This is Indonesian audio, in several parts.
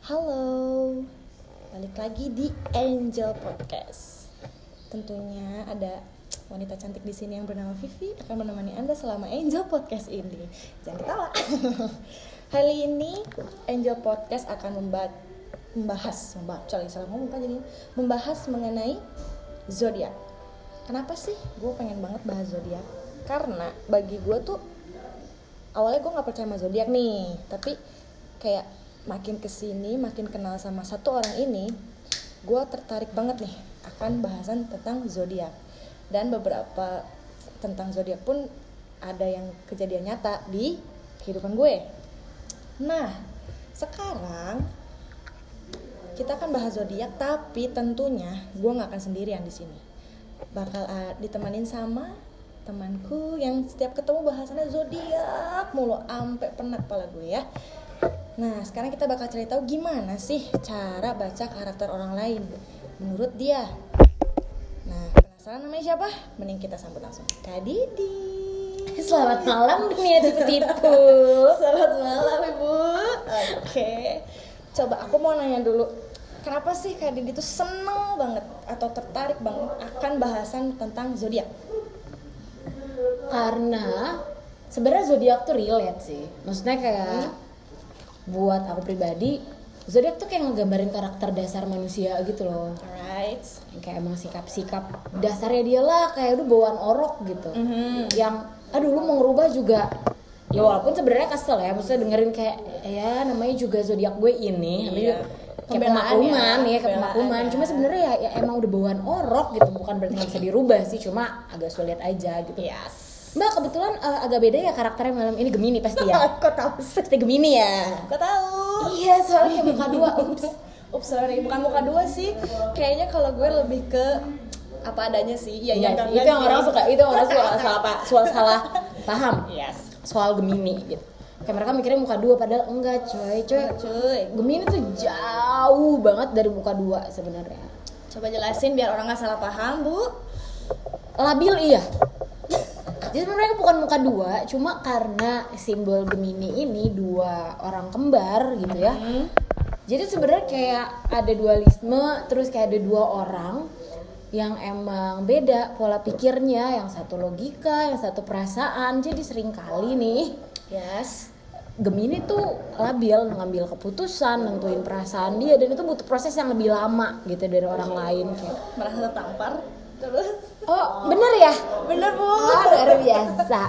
Halo, balik lagi di Angel Podcast. Tentunya ada wanita cantik di sini yang bernama Vivi akan menemani Anda selama Angel Podcast ini. Jangan ketawa. Kali ini Angel Podcast akan membahas mengenai zodiak. Kenapa sih gue pengen banget bahas zodiak? Karena bagi gue tuh awalnya gue nggak percaya sama zodiak nih, tapi kayak makin kesini, makin kenal sama satu orang ini, gue tertarik banget nih akan bahasan tentang zodiak. Dan beberapa tentang zodiak pun ada yang kejadian nyata di kehidupan gue. Nah, sekarang kita akan bahas zodiak, tapi tentunya gue nggak akan sendirian di sini. Bakal ditemenin sama temanku yang setiap ketemu bahasannya zodiak mulu, ampe penat kepala gue ya. Nah, sekarang kita bakal cari tahu gimana sih cara baca karakter orang lain menurut dia. Nah, penasaran namanya siapa? Mending kita sambut langsung Kak Didi. Selamat malam dunia tipu-tipu. Selamat malam Ibu. Oke. Coba aku mau nanya dulu, kenapa sih Kak Didi tuh seneng banget atau tertarik banget akan bahasan tentang zodiak? Karena sebenarnya zodiak tuh relate sih. Maksudnya kayak buat aku pribadi, zodiak tuh kayak ngegambarin karakter dasar manusia gitu loh. Alright. Kayak emang sikap-sikap dasarnya dia lah, kayak udah bawaan orok gitu. Yang lu mau ngerubah juga. Ya walaupun sebenarnya kesel ya, maksudnya dengerin kayak ya namanya juga zodiak gue ini. Iya. Kayak pemakluman. Cuma sebenarnya ya emang udah bawaan orok gitu, bukan berarti nggak bisa dirubah sih, cuma agak sulit aja gitu. Yes. Mbak kebetulan agak beda ya karakternya malam ini, Gemini pasti ya. Kok tahu? Pasti Gemini ya. Kok tahu? Iya, soalnya kayak muka dua. Ups, sorry, bukan muka dua sih. Kayaknya kalau gue lebih ke apa adanya sih. Iya, itu yang orang suka, salah paham. Yes. Soal Gemini gitu. Kayak mereka mikirnya muka dua, padahal enggak coy. Gemini tuh jauh banget dari muka dua sebenarnya. Coba jelasin biar orang nggak salah paham, Bu. Labil iya. Jadi mereka bukan muka dua, cuma karena simbol Gemini ini dua orang kembar gitu ya. Jadi sebenarnya kayak ada dualisme, terus kayak ada dua orang yang emang beda pola pikirnya, yang satu logika, yang satu perasaan. Jadi sering kali nih, Gemini tuh labil ngambil keputusan, nentuin perasaan dia, dan itu butuh proses yang lebih lama gitu dari orang lain. Kayak merasa tertampar. Terus? Oh, bener ya? Bener, Bu. Luar biasa.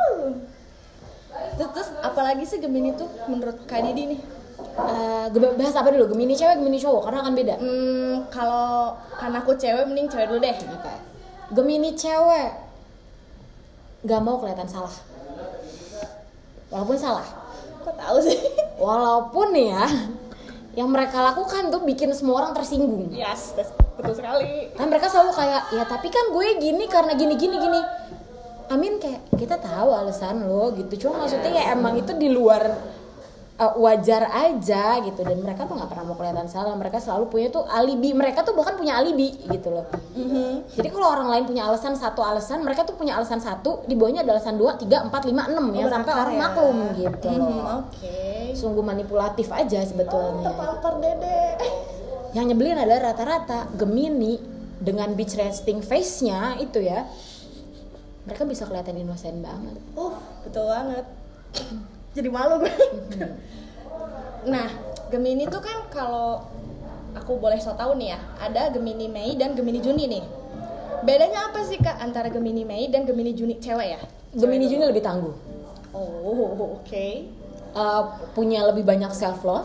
Terus apalagi sih Gemini tuh menurut Kak Didi nih? Bahas apa dulu? Gemini cewek, Gemini cowok? Karena akan beda. Kalau karena aku cewek, mending cewek dulu deh. Okay. Gemini cewek gak mau kelihatan salah. Walaupun salah. Kok tahu sih? Walaupun nih ya, yang mereka lakukan tuh bikin semua orang tersinggung. Yes, betul sekali. Kan mereka selalu kayak, ya tapi kan gue gini karena gini. Amin, kayak kita tahu alasan lo gitu. Cuma maksudnya ya emang itu di luar wajar aja gitu. Dan mereka tuh gak pernah mau kelihatan salah. Mereka selalu punya tuh alibi. Mereka tuh bahkan punya alibi gitu loh. Jadi kalau orang lain punya satu alasan, mereka tuh punya alasan satu, di bawahnya ada alasan 2, 3, 4, 5, 6 yang sampai orang maklum gitu loh. Sungguh manipulatif aja sebetulnya. Terpapar dede. Yang nyebelin adalah rata-rata Gemini dengan beach resting face-nya itu ya, mereka bisa kelihatan innocent banget. Betul banget. Jadi malu gue. Nah, Gemini tuh kan kalau aku boleh so tau nih ya, ada Gemini Mei dan Gemini Juni nih. Bedanya apa sih Kak antara Gemini Mei dan Gemini Juni cewek ya? Gemini Juni lebih tangguh. Oke. Punya lebih banyak self love.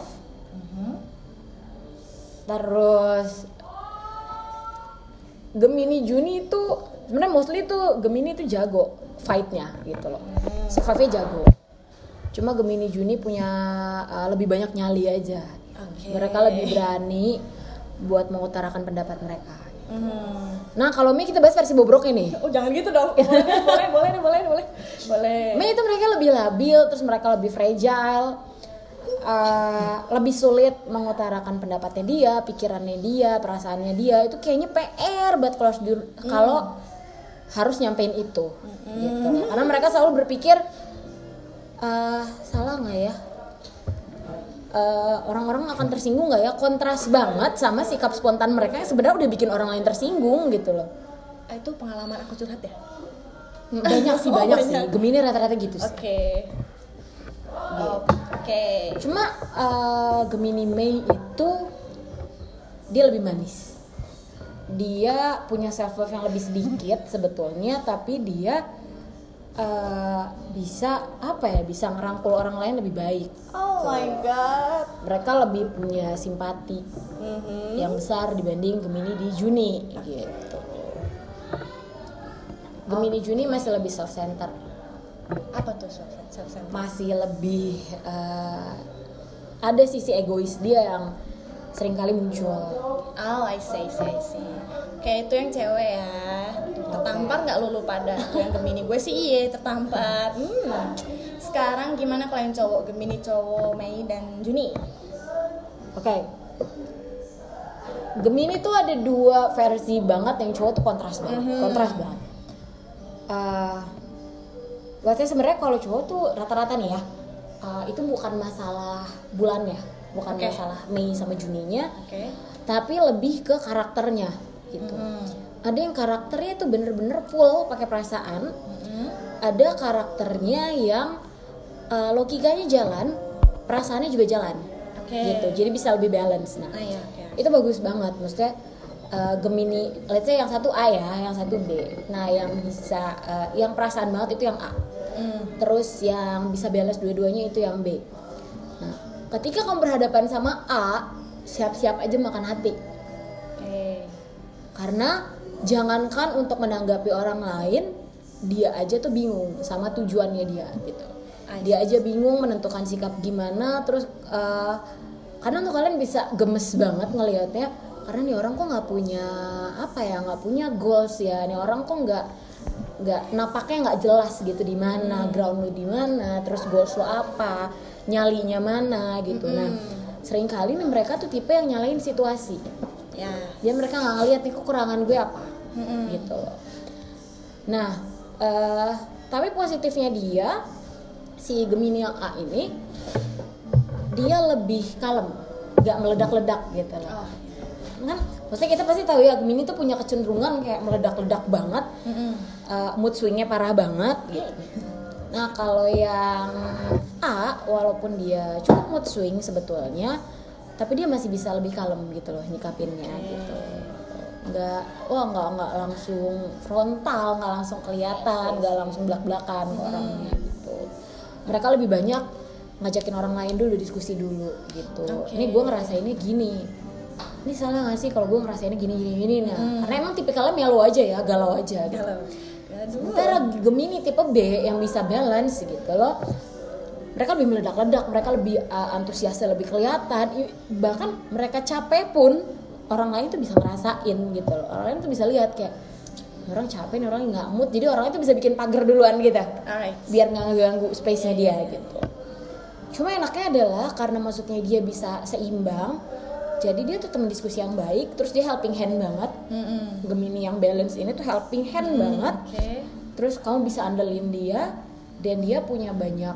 Terus Gemini Juni itu sebenarnya mostly tuh Gemini itu jago fight-nya gitu loh. Survive-nya jago. Cuma Gemini Juni punya lebih banyak nyali aja. Mereka lebih berani buat mengutarakan pendapat mereka. Nah, kalau Mei kita bahas versi bobrok ini. Jangan gitu dong. Boleh. Mei itu mereka lebih labil, terus mereka lebih fragile. Lebih sulit mengutarakan pendapatnya dia, pikirannya dia, perasaannya dia. Itu kayaknya PR buat kalau harus nyampein itu gitu. Karena mereka selalu berpikir salah nggak ya, orang-orang akan tersinggung nggak ya, kontras banget sama sikap spontan mereka yang sebenarnya udah bikin orang lain tersinggung gitu loh. Itu pengalaman aku curhat ya? Banyak sih, banyak sih. Gemini rata-rata gitu sih. Oke. Cuma Gemini Mei itu dia lebih manis. Dia punya self love yang lebih sedikit sebetulnya, tapi dia bisa ngerangkul orang lain lebih baik. Oh my god. Mereka lebih punya simpati yang besar dibanding Gemini di Juni gitu. Gemini Juni masih lebih self center. Apa tuh self center? Masih lebih ada sisi egois dia yang seringkali muncul. Oh, I see. Kayak itu yang cewek ya. Tertampar nggak lu pada? Yang Gemini gue sih iya tertampar. Sekarang gimana kalau yang cowok? Gemini cowok Mei dan Juni. Oke. Gemini tuh ada dua versi banget, yang cowok tuh kontras banget. Berarti sebenarnya kalau cowok tuh rata-rata nih ya, itu bukan masalah bulannya, bukan masalah Mei sama Juninya, tapi lebih ke karakternya gitu. Ada yang karakternya tuh bener-bener full pakai perasaan, ada karakternya yang logikanya jalan, perasaannya juga jalan, gitu. Jadi bisa lebih balance. Nah, itu bagus banget, maksudnya. Gemini, let's say yang satu A ya, yang satu B. Nah, yang bisa, yang perasaan banget itu yang A. Terus yang bisa balance dua-duanya itu yang B. Nah, ketika kamu berhadapan sama A, siap-siap aja makan hati. Karena jangankan untuk menanggapi orang lain, dia aja tuh bingung sama tujuannya dia gitu. Dia aja bingung menentukan sikap gimana. Terus karena untuk kalian bisa gemes banget ngelihatnya, karena nih orang kok nggak punya goals ya, nih orang kok nggak napaknya nggak jelas gitu di mana ground lu di mana, terus goals lu apa, nyalinya mana gitu. Nah, seringkali nih mereka tuh tipe yang nyalain situasi. Dia mereka nggak ngeliat nih kekurangan gue apa, gitu loh. Nah, tapi positifnya dia si Gemini yang A ini, dia lebih kalem, nggak meledak-ledak gitu loh. Kan maksudnya kita pasti tahu ya, Gemini tuh punya kecenderungan kayak meledak-ledak banget, mood swingnya parah banget gitu. Nah, kalau yang A, walaupun dia cukup mood swing sebetulnya, tapi dia masih bisa lebih kalem gitu loh nyikapinnya gitu. Nggak langsung frontal, nggak langsung kelihatan, nggak langsung belak-belakan orangnya gitu. Mereka lebih banyak ngajakin orang lain dulu, diskusi dulu gitu. Ini gue ngerasainnya gini, ini salah nggak sih kalau gue ngerasainnya gini. Nah, karena emang tipikalnya melo aja ya, galau aja gitu. Sementara Gemini tipe B yang bisa balance gitu loh, mereka lebih meledak-ledak, mereka lebih antusiasnya lebih kelihatan. Bahkan mereka capek pun orang lain tuh bisa ngerasain gitu loh. Orang lain tuh bisa lihat kayak orang capek nih, orang nggak mood, jadi orang itu bisa bikin pagar duluan gitu, biar nggak ngeganggu space-nya dia gitu. Cuma enaknya adalah karena maksudnya dia bisa seimbang, jadi dia tuh teman diskusi yang baik, terus dia helping hand banget. Gemini yang balance ini tuh helping hand banget. Terus kamu bisa andelin dia, dan dia punya banyak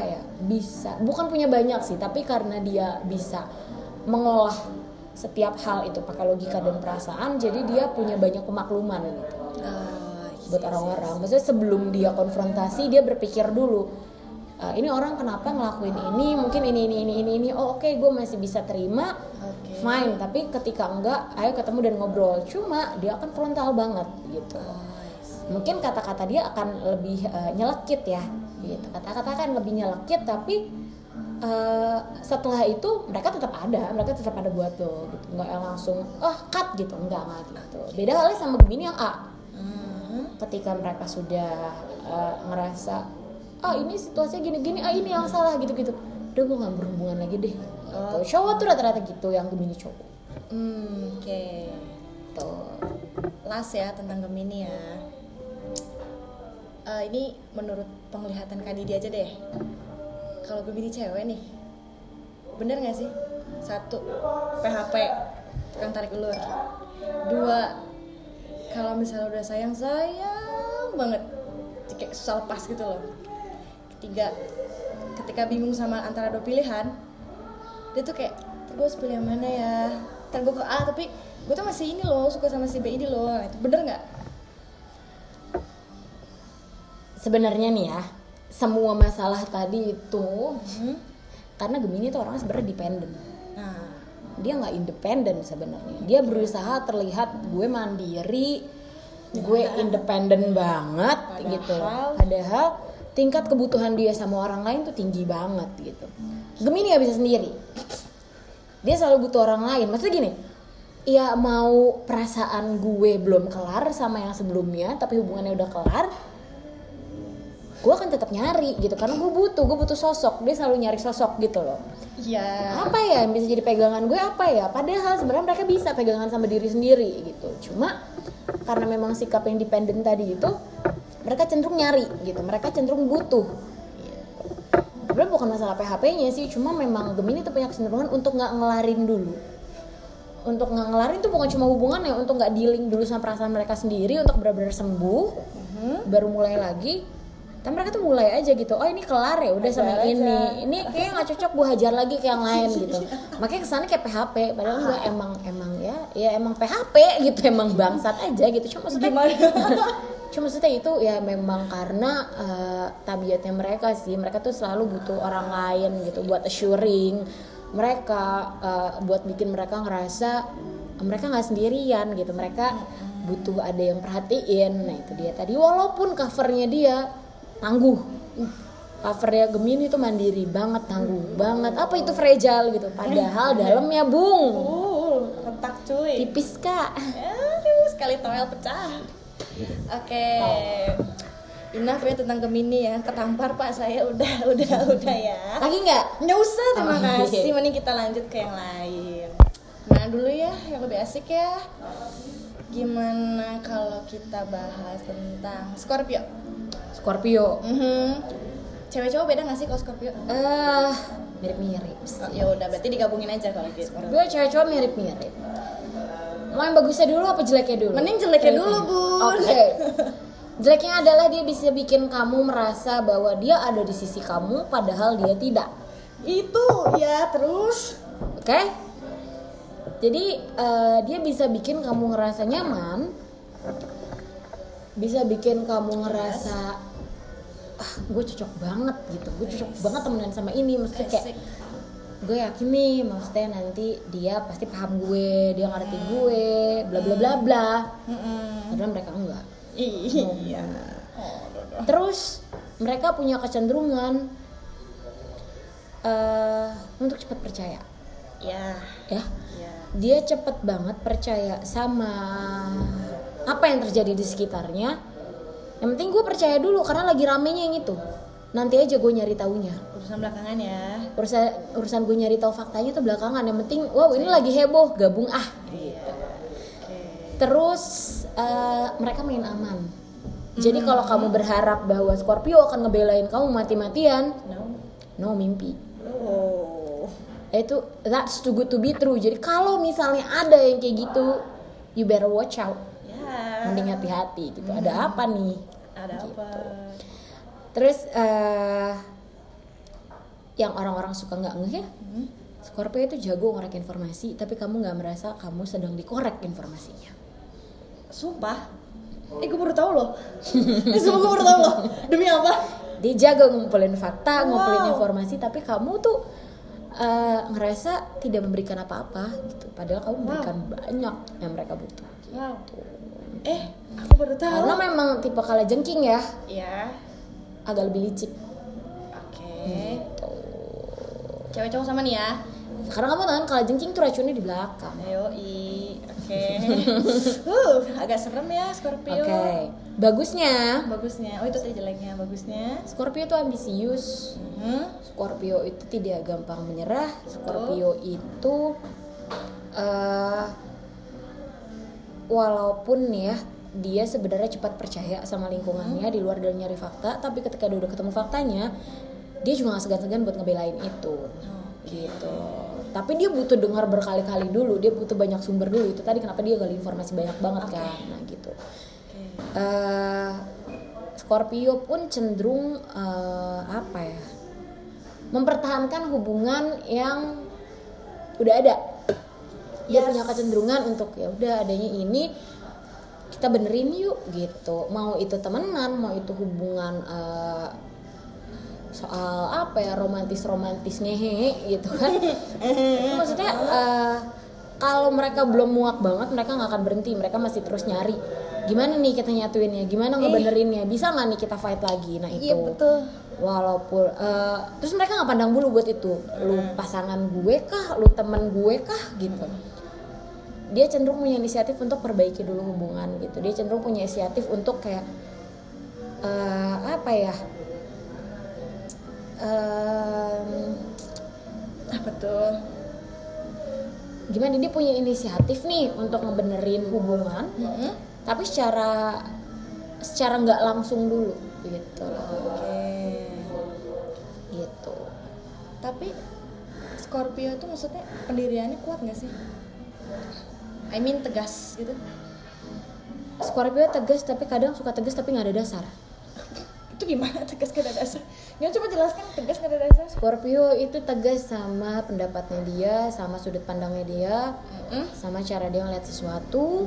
bukan punya banyak sih, tapi karena dia bisa mengolah setiap hal itu pakai logika dan perasaan, jadi dia punya banyak pemakluman gitu. Buat orang-orang, maksudnya sebelum dia konfrontasi, dia berpikir dulu, ini orang kenapa ngelakuin ini, mungkin ini. Oh oke, gue masih bisa terima, fine. Tapi ketika enggak, ayo ketemu dan ngobrol. Cuma dia akan frontal banget gitu. Mungkin kata-kata dia akan lebih nyelekit ya gitu. Kata-kata kan lebih nyelekit, tapi setelah itu mereka tetap ada buat lo gitu. Nggak yang langsung cut gitu, enggak gitu. Beda halnya sama Gemini yang A. Ketika mereka sudah ngerasa ini situasinya gini, ini yang salah gitu-gitu, udah gue gak berhubungan lagi deh gitu. Cowok tuh rata-rata gitu yang Gemini cowok. Tuh Last ya tentang Gemini ya. Ini menurut penglihatan Kak Didi aja deh, kalau Gemini cewek nih, bener gak sih? 1, PHP, tukang tarik ulur. 2, kalau misalnya udah sayang banget, kayak susah lepas gitu loh. 3, ketika bingung sama antara 2 pilihan, dia tuh kayak gue harus pilih yang mana ya, ntar gue ke A tapi gue tuh masih ini loh suka sama si B ini loh. Nah, itu bener nggak? Sebenarnya nih ya, semua masalah tadi itu karena Gemini tuh orangnya sebenarnya dependent. Nah, Dia nggak independen sebenarnya. Dia berusaha terlihat gue mandiri, gue independen banget gitu. Padahal tingkat kebutuhan dia sama orang lain tuh tinggi banget gitu. Gemini nggak bisa sendiri. Dia selalu butuh orang lain. Maksudnya gini, ya mau perasaan gue belum kelar sama yang sebelumnya, tapi hubungannya udah kelar, gue akan tetap nyari gitu karena gue butuh sosok. Dia selalu nyari sosok gitu loh. iya. Apa ya yang bisa jadi pegangan gue apa ya? Padahal sebenarnya mereka bisa pegangan sama diri sendiri gitu. Cuma karena memang sikap yang dependen tadi itu, mereka cenderung nyari gitu. Mereka cenderung butuh. Sebenarnya bukan masalah PHP-nya sih, cuma memang Gemini tuh punya kecenderungan untuk nggak ngelarin dulu. Untuk nggak ngelarin tuh bukan cuma hubungan ya, untuk nggak dealing dulu sama perasaan mereka sendiri, untuk benar-benar sembuh, baru mulai lagi. Tapi mereka tuh mulai aja gitu, oh ini kelar ya udah sama yang ini kayaknya nggak cocok, gue hajar lagi ke yang lain gitu. Makanya kesannya kayak PHP, padahal enggak, emang ya emang PHP gitu, emang bangsat aja gitu. Cuma maksudnya itu ya memang karena tabiatnya mereka sih, mereka tuh selalu butuh orang lain gitu buat assuring mereka, buat bikin mereka ngerasa mereka nggak sendirian gitu, mereka butuh ada yang perhatiin. Nah itu dia tadi, walaupun covernya dia tangguh, covernya Gemini tuh mandiri banget, tangguh banget, apa itu fragile gitu, padahal dalamnya bung Retak cuy. tipis kak. Aduh, sekali toel pecah. Oke. Enough ya tentang Gemini ya. Ketampar Pak saya udah ya. Lagi nggak? Nggak usah, terima Oh, kasih. iya. Mending kita lanjut ke yang lain. Mana dulu ya yang lebih asik ya? Gimana kalau kita bahas tentang Scorpio? Scorpio. Cewek cowok beda nggak sih kalau Scorpio? Mirip-mirip. Oh, ya udah berarti digabungin aja kalau gitu. Scorpio cewek cowok mirip-mirip. Mau yang bagusnya dulu apa jeleknya dulu? Mending jeleknya dulu, Bun. Oke. Jeleknya adalah dia bisa bikin kamu merasa bahwa dia ada di sisi kamu padahal dia tidak. Itu ya, terus Oke? Jadi dia bisa bikin kamu ngerasa nyaman, bisa bikin kamu ngerasa gue cocok banget gitu, gue cocok banget temenan sama ini, maksudnya kayak asik. gue yakin nih, maksudnya nanti dia pasti paham gue, dia ngerti gue, bla bla bla bla. Padahal mereka enggak. Iya. Terus mereka punya kecenderungan untuk cepat percaya, Ya. ya. Ya. Dia cepet banget percaya sama apa yang terjadi di sekitarnya. Yang penting gue percaya dulu karena lagi ramenya yang itu. Nanti aja gue nyari taunya. Urusan belakangan ya. Urusan gue nyari tahu faktanya tuh belakangan. Yang penting, wow ini lagi heboh, gabung Iya. Terus mereka main aman. Jadi kalau kamu berharap bahwa Scorpio akan ngebelain kamu mati-matian, no mimpi. Oh. Itu that's too good to be true. Jadi kalau misalnya ada yang kayak gitu, you better watch out. Ya. Mending hati-hati gitu. Ada apa nih? Ada apa? Terus yang orang-orang suka nggak ngeh ya, Scorpio itu jago ngorek informasi, tapi kamu nggak merasa kamu sedang dikorek informasinya. Sumpah. Gue baru tahu loh. Sumpah gue baru tahu loh. Demi apa? Dia jago ngumpulin fakta, ngumpulin informasi, tapi kamu tuh ngerasa tidak memberikan apa-apa gitu. Padahal kamu memberikan banyak yang mereka butuh. Wow. Aku baru tahu. Karena memang tipe kalajengking ya, Ya. agak lebih licik. Oke. Cewek cowok sama nih ya. Karena kamu tahu kan kalajengking tuh racunnya di belakang. Oke. Agak serem ya Scorpio. Oke. Bagusnya, Bagusnya. Oh itu tadi jeleknya. Bagusnya. Scorpio itu ambisius. Scorpio itu tidak gampang menyerah. Scorpio itu walaupun ya dia sebenarnya cepat percaya sama lingkungannya di luar dari nyari fakta, tapi ketika dia udah ketemu faktanya, dia juga gak segan-segan buat ngebelain itu. Gitu. Tapi dia butuh dengar berkali-kali dulu, dia butuh banyak sumber dulu. Itu tadi kenapa dia gali informasi banyak banget kan. Nah gitu. Scorpio pun cenderung mempertahankan hubungan yang udah ada. Dia Yes. punya kecenderungan untuk ya udah adanya ini kita benerin yuk gitu. Mau itu temenan, mau itu hubungan soal apa ya, romantis ngehe gitu kan. Itu maksudnya kalau mereka belum muak banget mereka nggak akan berhenti, mereka masih terus nyari gimana nih kita nyatuinnya, gimana ngebenerinnya, bisa nggak nih kita fight lagi. Nah itu Iya betul. walaupun terus mereka nggak pandang bulu buat itu, lu pasangan gue kah, lu temen gue kah gitu. Dia cenderung punya inisiatif untuk perbaiki dulu hubungan gitu. Dia cenderung punya inisiatif untuk kayak apa ya, Apa tuh? gimana, dia punya inisiatif nih untuk ngebenerin hubungan, tapi secara nggak langsung dulu gitu loh. Oke. Gitu. Tapi Scorpio tuh maksudnya pendiriannya kuat nggak sih? I mean tegas gitu. Scorpio tegas tapi kadang suka tegas tapi nggak ada dasar. Itu gimana tegas gak ada dasar? Nggak, coba jelaskan tegas gak ada dasar. Scorpio itu tegas sama pendapatnya dia, sama sudut pandangnya dia, sama cara dia ngeliat sesuatu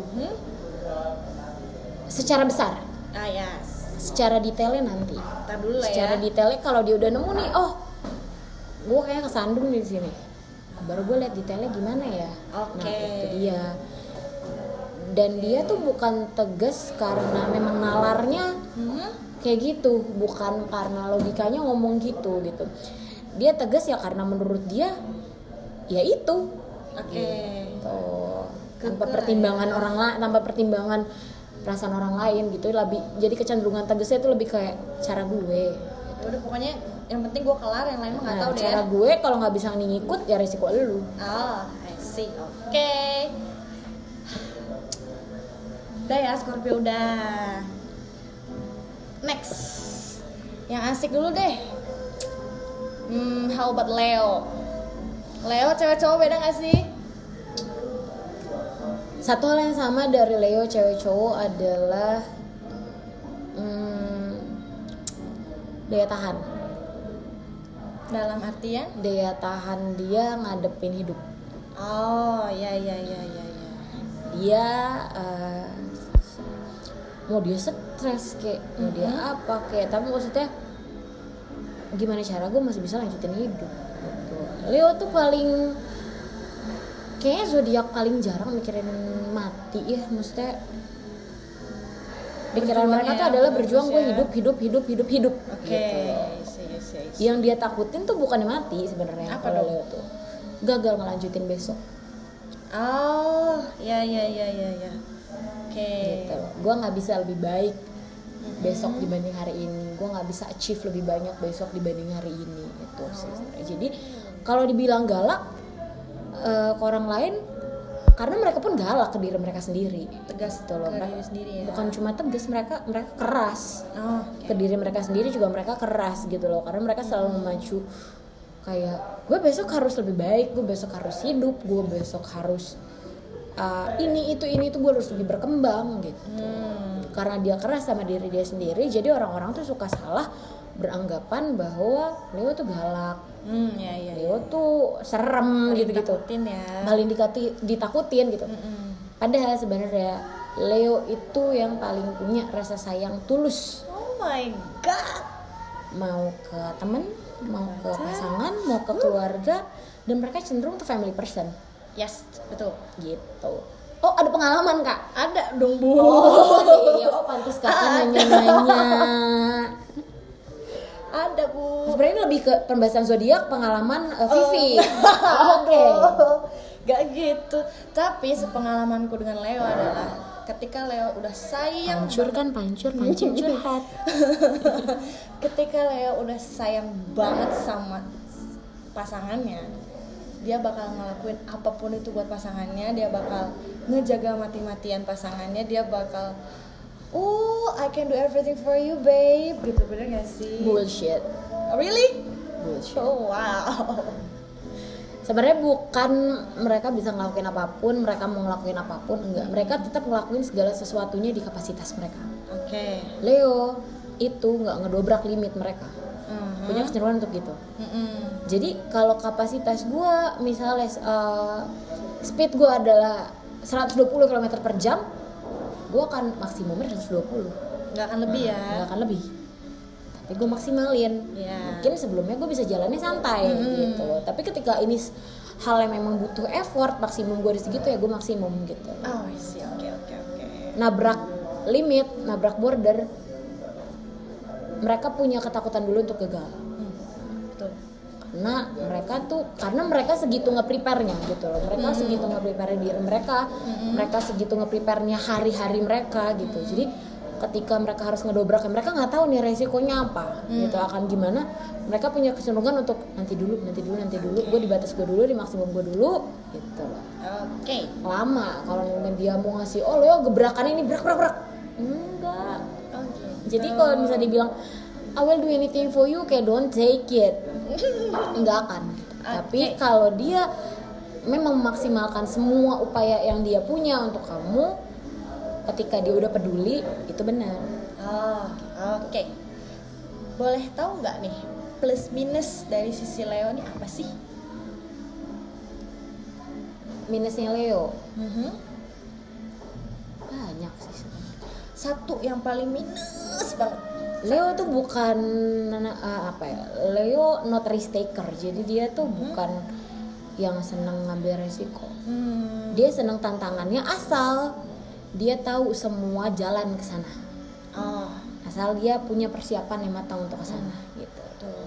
secara besar. Ah yes. Secara detailnya nanti. Ntar dulu lah Secara ya. detailnya kalau dia udah nemu nih, oh, gue kayaknya kesandung di sini. Baru gue lihat detailnya gimana ya. Oke. Nah itu dia. Dan dia tuh bukan tegas karena memang nalarnya kayak gitu, bukan karena logikanya ngomong gitu. Dia tegas ya karena menurut dia ya itu. Oke. Gitu. Tanpa Kekeh, pertimbangan orang lain, tanpa pertimbangan perasaan orang lain gitu. Jadi kecenderungan tegasnya itu lebih kayak cara gue. Ya udah pokoknya yang penting gue kelar, yang lain mah nggak tahu deh. Cara gue kalau nggak bisa ngikut ya resiko lu. Ah, I see. Oke. Udah ya Scorpio udah. Next. Yang asik dulu deh. How about Leo? Leo cewek cowok beda gak sih? Satu hal yang sama dari Leo cewek cowok adalah daya tahan. Dalam artian? Daya tahan dia ngadepin hidup. Oh, ya. Dia mau dia stres kayak, mau dia apa kayak, tapi maksudnya gimana cara gue masih bisa lanjutin hidup gitu. Leo tuh paling kayaknya zodiak paling jarang mikirin mati ya, maksudnya pikiran mereka tuh adalah berjuang, gue hidup Oke. gitu. Yang dia takutin tuh bukannya mati sebenarnya. Apa Kalau dong? Leo tuh gagal ngelanjutin besok. Oh, ya. Oke. Gitu. Gue nggak bisa lebih baik besok dibanding hari ini. Gue nggak bisa achieve lebih banyak besok dibanding hari ini. Itu sih sebenarnya. Jadi kalau dibilang galak ke orang lain, karena mereka pun galak ke diri mereka sendiri. Tegas Gitu loh. ke Mereka diri sendiri ya. bukan cuma tegas, mereka keras. Oh, Ke diri mereka sendiri juga mereka keras gitu loh, karena mereka selalu memacu kayak gue besok harus lebih baik, gue besok harus hidup, gue besok harus ini itu gue harus lebih berkembang gitu. Karena dia keras sama diri dia sendiri, jadi orang-orang tuh suka salah beranggapan bahwa Leo tuh galak, ya. Leo tuh serem gitu-gitu, Takutin ya. paling ditakutin gitu. Padahal sebenarnya Leo itu yang paling punya rasa sayang tulus, Oh my god. mau ke temen, mau ke pasangan, mau ke keluarga, dan mereka cenderung tuh family person Yes, betul. gitu. Oh ada pengalaman kak? Ada dong, Bu. Oh iya, pantas kakak nanya-nanya. Ada, Bu. Sebenarnya ini lebih ke pembahasan zodiak, pengalaman Vivi. Oke. Gak gitu. Tapi sepengalamanku dengan Leo adalah ketika Leo udah sayang Pancing curhat. ketika Leo udah sayang banget sama pasangannya, dia bakal ngelakuin apapun itu buat pasangannya, dia bakal ngejaga mati-matian pasangannya, dia bakal I can do everything for you babe, gitu. Bener gak sih? Bullshit. Really? Bullshit. Oh wow. Sebenarnya bukan mereka bisa ngelakuin apapun, mereka mau ngelakuin apapun, enggak. Mereka tetap ngelakuin segala sesuatunya di kapasitas mereka. Oke. Leo itu nggak ngedobrak limit mereka. punya kecenderungan untuk gitu. Jadi kalau kapasitas gue misalnya speed gue adalah 120 km/jam, gue akan maksimumnya 120. Nggak akan lebih ya? Nggak akan lebih. Tapi gue maksimalin. Mungkin sebelumnya gue bisa jalannya santai gitu loh. Tapi ketika ini hal yang memang butuh effort, maksimum gue di segitu ya gue maksimum gitu. Oh sih, oke. Nabrak limit, nabrak border, mereka punya ketakutan dulu untuk gagal. Betul. Karena mereka segitu nge-prepare-nya gitu loh. Mereka segitu nge-prepare diri mereka, mereka segitu nge-prepare-nya hari-hari mereka gitu. Jadi ketika mereka harus ngedobrak, mereka nggak tahu nih resikonya apa, gitu akan gimana. Mereka punya kecenderungan untuk nanti dulu, gue di batas gue dulu, di maksimum gue dulu, gitu loh. Oke. Lama kalau dia mau ngasih, oh lo gebrakan ini brak, enggak. Jadi kalau bisa dibilang I will do anything for you, kayak don't take it, enggak akan. Tapi kalau dia memang memaksimalkan semua upaya yang dia punya untuk kamu, ketika dia udah peduli, itu benar. Oke. Boleh tahu nggak nih plus minus dari sisi Leo nih apa sih? Minusnya Leo banyak sih sebenarnya. Satu yang paling minus banget. Leo tuh bukan Leo not risk taker. Jadi dia tuh bukan yang senang ngambil resiko. Dia senang tantangannya asal dia tahu semua jalan ke sana. Asal dia punya persiapan yang matang untuk ke sana gitu.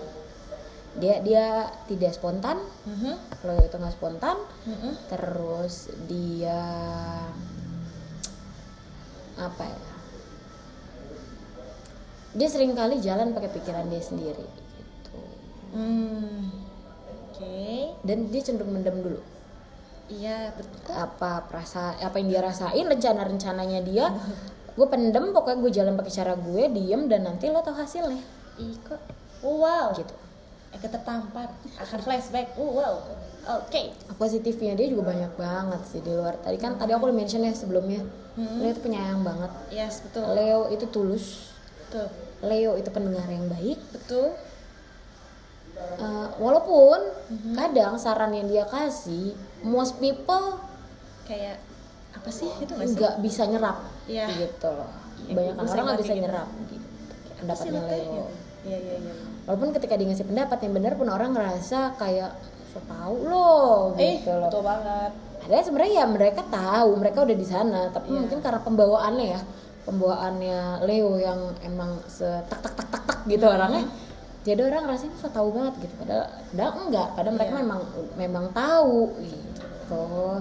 Dia tidak spontan. Leo itu nggak spontan. Terus dia dia sering kali jalan pakai pikiran dia sendiri gitu. Dan dia cenderung mendem dulu. Iya betul. Apa yang dia rasain, rencananya dia, gue pendem, pokoknya gue jalan pakai cara gue, diem, dan nanti lo tau hasilnya. Kok wow gitu. Tertampar akan flashback. Wow. Oke. Positifnya dia juga banyak banget sih di luar. Tadi aku udah mention ya sebelumnya. Leo itu penyayang banget. Yes, betul. Leo itu tulus. Betul. Leo itu pendengar yang baik. Betul. Walaupun kadang saran yang dia kasih, most people kayak apa sih itu nggak bisa nyerap, ya. Gitu loh. Banyak orang nggak bisa nyerap gitu. Pendapatnya Leo. Iya. Walaupun ketika dia ngasih pendapat yang benar pun orang ngerasa kayak so tau loh gitu loh. Betul banget. Padahal sebenarnya ya mereka tahu, mereka udah di sana, tapi mungkin karena pembawaannya Leo yang emang tak gitu orangnya. Jadi orang rasanya so tau banget gitu. Padahal enggak, mereka memang tahu gitu.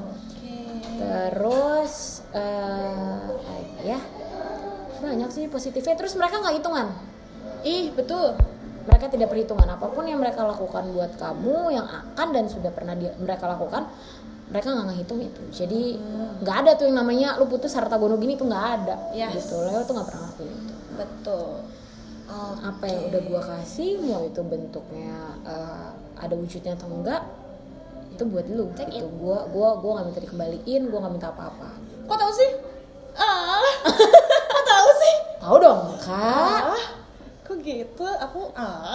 Terus ya banyak sih positifnya. Terus mereka nggak hitungan. Betul. Mereka tidak perhitungan apapun yang mereka lakukan buat kamu, yang akan dan sudah pernah mereka lakukan, mereka nggak ngehitung itu. Jadi nggak ada tuh yang namanya lu putus harta gono gini, tuh nggak ada. Gitu. Leo tuh nggak pernah ngelakuin itu. Betul. Apa yang udah gua kasih, mau itu bentuknya ada wujudnya atau enggak, itu buat lu. Gitu. Gua nggak minta dikembaliin, gua nggak minta apa-apa. Kok tahu sih? Kok tahu sih? Tahu dong, Kak. Kok gitu? Aku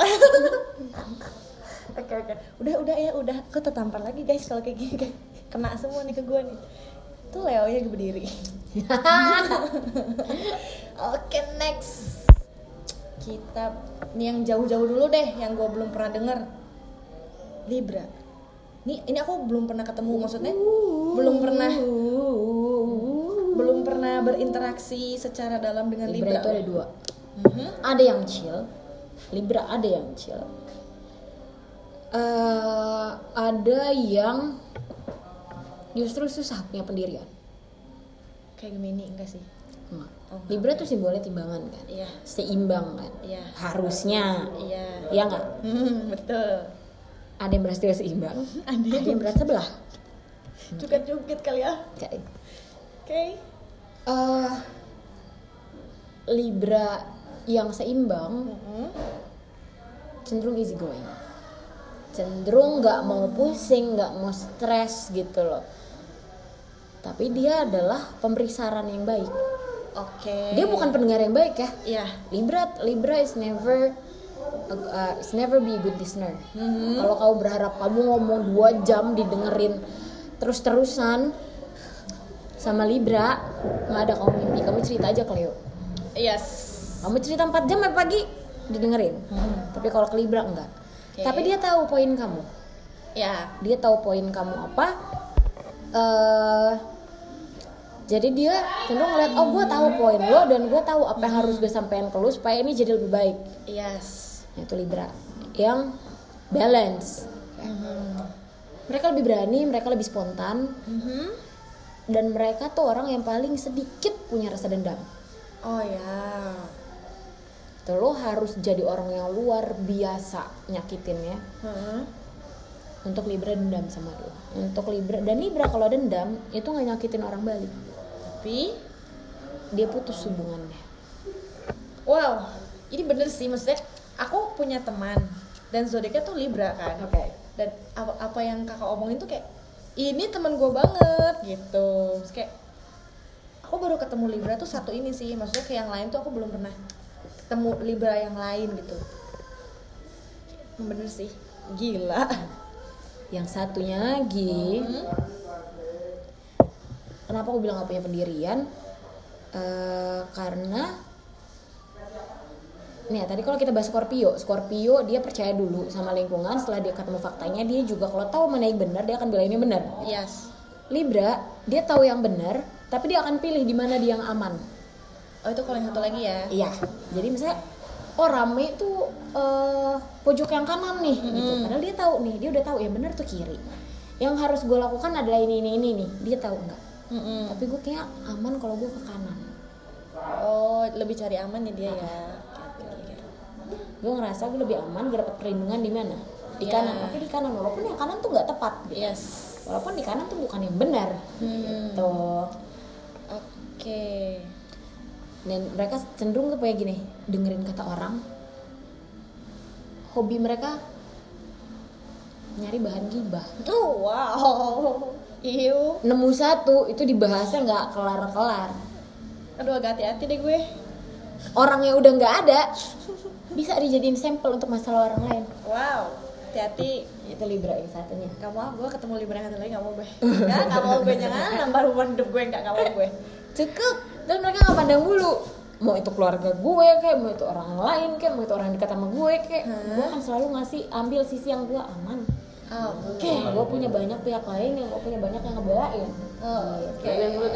Oke. Udah. Aku tertampar lagi guys kalau kayak gini guys. Kena semua nih ke gue nih. Tuh Leo nya berdiri. Oke, next. Kita nih yang jauh-jauh dulu deh, yang gue belum pernah denger. Libra. Ini aku belum pernah ketemu, maksudnya belum pernah berinteraksi secara dalam dengan Libra. Libra itu ada dua. Ada yang chill, Libra ada yang chill. Ada yang justru susah punya pendirian. Kayak Gemini enggak sih? Enggak. Libra tuh simbolnya timbangan kan? Iya. Seimbang kan? Iya. Harusnya. Iya. Iya nggak? Betul. Ada yang berhasil seimbang, ada yang berat sebelah. Jungkit kali ya. Oke. Libra yang seimbang cenderung easy going, cenderung nggak mau pusing, nggak mau stres gitu loh. Tapi dia adalah pemberi saran yang baik. Oke. Dia bukan pendengar yang baik ya. Iya. Libra is never it's never be a good listener. Kalau kamu berharap kamu ngomong 2 jam didengerin terus-terusan sama Libra, nggak ada kamu mimpi. Kamu cerita aja ke Leo. Yes. Kamu cerita 4 jam sampai pagi didengerin. Tapi kalau ke Libra enggak. Okay. Tapi dia tahu poin kamu. Ya. Dia tahu poin kamu apa. Jadi dia cenderung ngeliat, oh gue tahu poin lo dan gue tahu apa yang harus gue sampein ke lo supaya ini jadi lebih baik. Yes. Nah, itu Libra yang balance. Mereka lebih berani, mereka lebih spontan, dan mereka tuh orang yang paling sedikit punya rasa dendam. Oh ya. Tuh, lo harus jadi orang yang luar biasa nyakitin ya. Untuk Libra dendam sama lo. Untuk Libra, dan Libra kalau dendam itu nggak nyakitin orang balik. Tapi dia putus hubungannya. wow, ini bener sih, maksudnya aku punya teman dan zodiaknya tuh Libra kan. Oke. Dan apa yang kakak omongin tuh kayak ini teman gue banget gitu. Terus kayak aku baru ketemu Libra tuh satu ini sih, maksudnya kayak yang lain tuh aku belum pernah ketemu Libra yang lain gitu. Bener sih, gila. Yang satunya lagi, kenapa aku bilang gak punya pendirian? Karena nih tadi kalau kita bahas Scorpio dia percaya dulu sama lingkungan. Setelah dia ketemu faktanya, dia juga kalau tahu mana yang benar dia akan bilang ini benar. Yes. Libra dia tahu yang benar, tapi dia akan pilih di mana dia yang aman. Oh itu kalau yang satu lagi ya? Iya. Jadi misalnya rame tuh pojok yang kanan nih, gitu. Padahal dia tahu nih, dia udah tahu yang benar tuh kiri. Yang harus gue lakukan adalah ini nih. Dia tahu enggak? Tapi gue kayak aman kalau gue ke kanan. Oh lebih cari aman ya dia ya. Gue ngerasa gue lebih aman, gue dapet perlindungan di mana? Di kanan. Oke, di kanan, walaupun yang kanan tuh nggak tepat. Gitu. Yes. Walaupun di kanan tuh bukan yang benar. Tuh. Oke. Dan mereka cenderung tuh kayak gini, dengerin kata orang. Hobi mereka nyari bahan gibah. Oh wow. Iu. Nemu satu itu dibahasnya nggak kelar-kelar. Aduh agak hati-hati deh gue. Orang yang udah nggak ada bisa dijadiin sampel untuk masalah orang lain. Wow. Hati-hati. Itu Libra yang satunya. Gak mau, gue ketemu Libra yang satu lagi gak mau gue. Gak mau gue, jangan nambah beban hidup gue, gak mau gue. Cukup. Dan mereka nggak pandang bulu. Mau itu keluarga gue kayak, mau itu orang lain kayak, mau itu orang dekat sama gue kayak, gue akan selalu ambil sisi yang gue aman. Oke. Gue punya banyak pihak lain yang gue punya banyak yang ngebelain. Oke.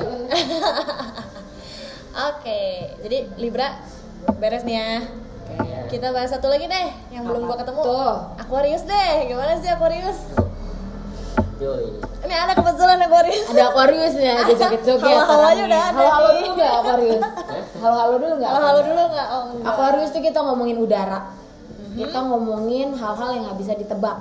Oke. Jadi Libra beres nih ya. Kita bahas satu lagi deh yang belum gue ketemu. Tuh. Aquarius deh. Gimana sih Aquarius? Joy. Ini ada kebetulan Aquarius. Ada Aquarius nih, ada joget-joget. Halo-halonya udah ada. Halo-halo nih. dulu nggak Aquarius? Halo-halo dulu nggak? Halo dulu nggak? Oh enggak. Aquarius tuh kita ngomongin udara. Kita ngomongin hal-hal yang nggak bisa ditebak.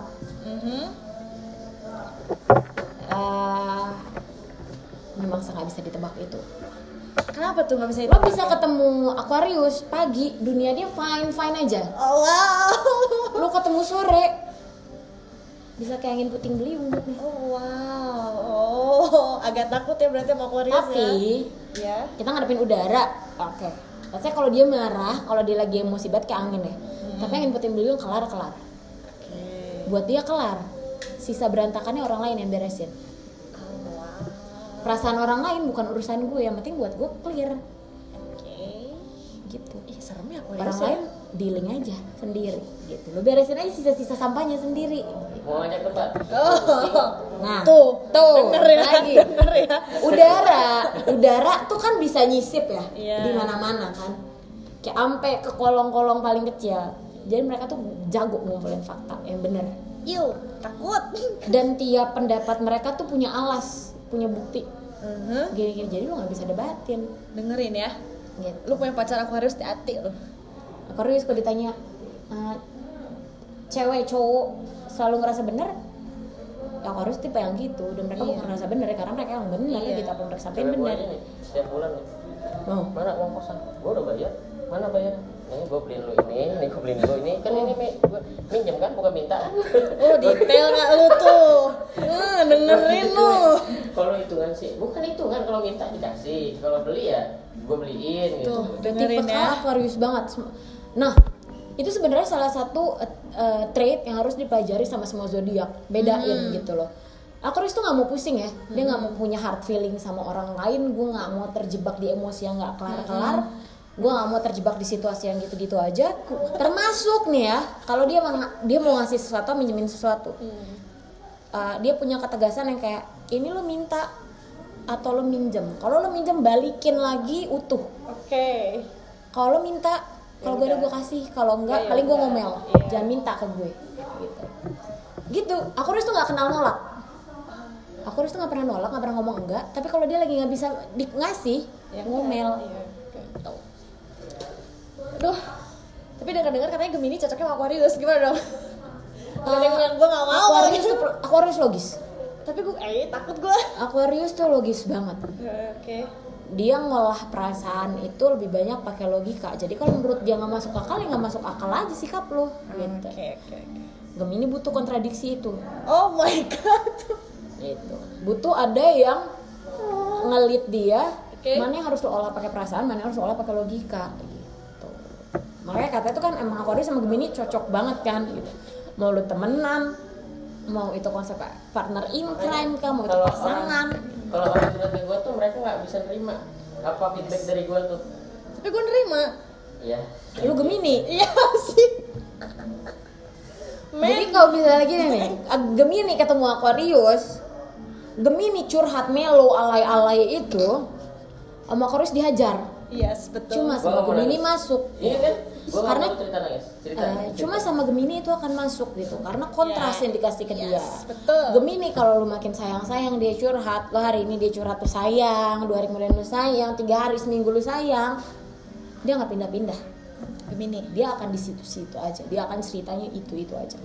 Memang sangat bisa ditebak itu. Kenapa tuh nggak bisa Lo bisa ketemu Aquarius pagi, dunia dia fine aja. Oh wow. Lo ketemu sore, bisa kayak angin puting beliung nih. Oh wow. Oh agak takut ya berarti sama Aquarius. Tapi ya. kita ngadepin udara. Oke. Maksudnya kalau dia marah, kalau dia lagi emosi banget kayak angin ya. Tapi angin puting beliung kelar. Oke. Buat dia kelar. Sisa berantakannya orang lain yang beresin. Perasaan orang lain bukan urusan gue, yang penting buat gue clear. Oke. Gitu. Ih serem ya Aquarius. Orang Ya? lain dealing aja sendiri gitu. Lo beresin aja sisa-sisa sampahnya sendiri. Mau ngajak debat? Oh. Nah, Tuh. Denger ya. lagi. Denger ya. Udara tuh kan bisa nyisip ya, Iya. di mana-mana kan. Kayak ampe ke kolong-kolong paling kecil. Jadi mereka tuh jago ngumpulin fakta yang benar. Yuk, takut. Dan tiap pendapat mereka tuh punya alas, punya bukti. Gini-gini, jadi lo nggak bisa debatin. Dengerin ya. Gitu. Lu punya pacar Aquarius hati-hati lu. Aquarius kalau ditanya cewek cowok selalu ngerasa bener, ya Aquarius tipe yang gitu. Dan mereka bukan ngerasa bener ya, karena mereka yang bener gitu, apa yang mereka sampaikan Cewek gue bener. ini setiap bulan nih. Oh. Mana uang kosan? Gue udah bayar. Mana bayar? Ini gue beliin lu ini gue beliin lu ini. Kan ini gue minjem kan, bukan minta. Oh detail nggak lu tuh? Dengerin lu. Kalau hitungan sih, bukan hitungan, kalau minta dikasih. Kalau beli ya gue beliin gitu. Tuh dengerin Tipe ya. Aquarius banget. Nah, Itu sebenarnya salah satu trait yang harus dipelajari sama semua zodiak, bedain gitu loh. Aquarius tuh nggak mau pusing ya, dia nggak mau punya hard feeling sama orang lain. Gue nggak mau terjebak di emosi yang nggak kelar-kelar. Gue nggak mau terjebak di situasi yang gitu-gitu aja. Termasuk nih ya, kalau dia mau ngasih sesuatu, minjemin sesuatu, dia punya ketegasan yang kayak ini lo minta atau lo minjem. Kalau lo minjem balikin lagi utuh. Oke. Kalau lo minta, kalau gue ada gue kasih, kalau enggak paling gue ngomel. Jangan minta ke gue. Gitu. Aquarius tuh nggak kenal nolak. Aquarius tuh nggak pernah nolak, nggak pernah ngomong enggak. Tapi kalau dia lagi nggak bisa ngasih, ngomel. Gitu. Aduh. Tapi dengar-dengar katanya Gemini cocoknya sama Aquarius, gimana dong? Gue nggak mau. Aquarius logis. Tapi gue takut gue. Aquarius tuh logis banget. Oke. Dia ngolah perasaan itu lebih banyak pakai logika. Jadi kalau menurut dia nggak masuk akal, ya nggak masuk akal aja sikap lo. Gitu. Oke. Gemini butuh kontradiksi itu. Oh my god. Itu butuh ada yang ngelit dia. Mana yang harus lo olah pakai perasaan, mana yang harus lo olah pakai logika. Gitu. Makanya katanya itu kan emang Aquarius sama Gemini cocok banget kan. Gitu. Mau lo temenan, mau itu konsep partner in crime kah, mau itu pasangan. Kalau orang lihat gue tuh mereka nggak bisa nerima apa feedback dari gue tuh. Tapi gue nerima. Iya. Lu Gemini. Iya sih. Jadi kalau misalnya gini nih, Gemini ketemu Aquarius, Gemini curhat melo alay-alay itu, sama Aquarius dihajar. Yes, betul. Cuma sama Gemini masuk. Iya kan? Karena cerita nangis. cuma sama Gemini itu akan masuk gitu, karena kontras yang dikasih ke dia. Betul. Gemini kalau lu makin sayang dia curhat, lo hari ini dia curhat tuh sayang, 2 hari kemudian lu sayang, 3 hari seminggu lu sayang, dia nggak pindah-pindah. Gemini dia akan di situ-situ aja, dia akan ceritanya itu aja.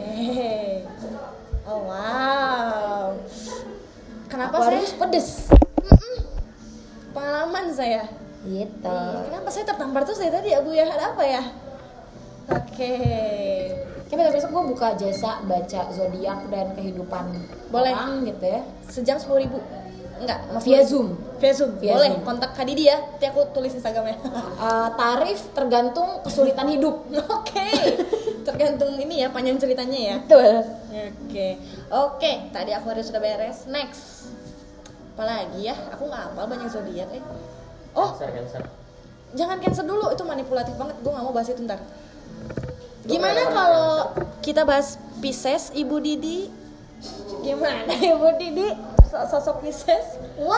Oh wow. Kenapa Aquarius saya pedes? pengalaman saya? Gitu. Kenapa saya tertampar tuh saya tadi ya Bu ya? Ada apa ya? Oke. Kayak besok gue buka jasa baca zodiak dan kehidupan Boleh. orang gitu ya. Sejam 10.000? Enggak, Via Zoom. Via Zoom. Via Boleh, Zoom. kontak Kak Didi ya. Nanti aku tulis Instagramnya. Tarif tergantung kesulitan hidup. Oke. Tergantung ini ya, panjang ceritanya ya. Betul. Oke, tadi Aquarius sudah beres. Next. Apalagi ya? Aku nggak hafal banyak zodiak. Oh, Cancer. jangan Cancer dulu, itu manipulatif banget. Gue nggak mau bahas itu ntar. Gimana kalau kita bahas Pisces, Ibu Didi? Gimana Ibu Didi? Sosok Pisces?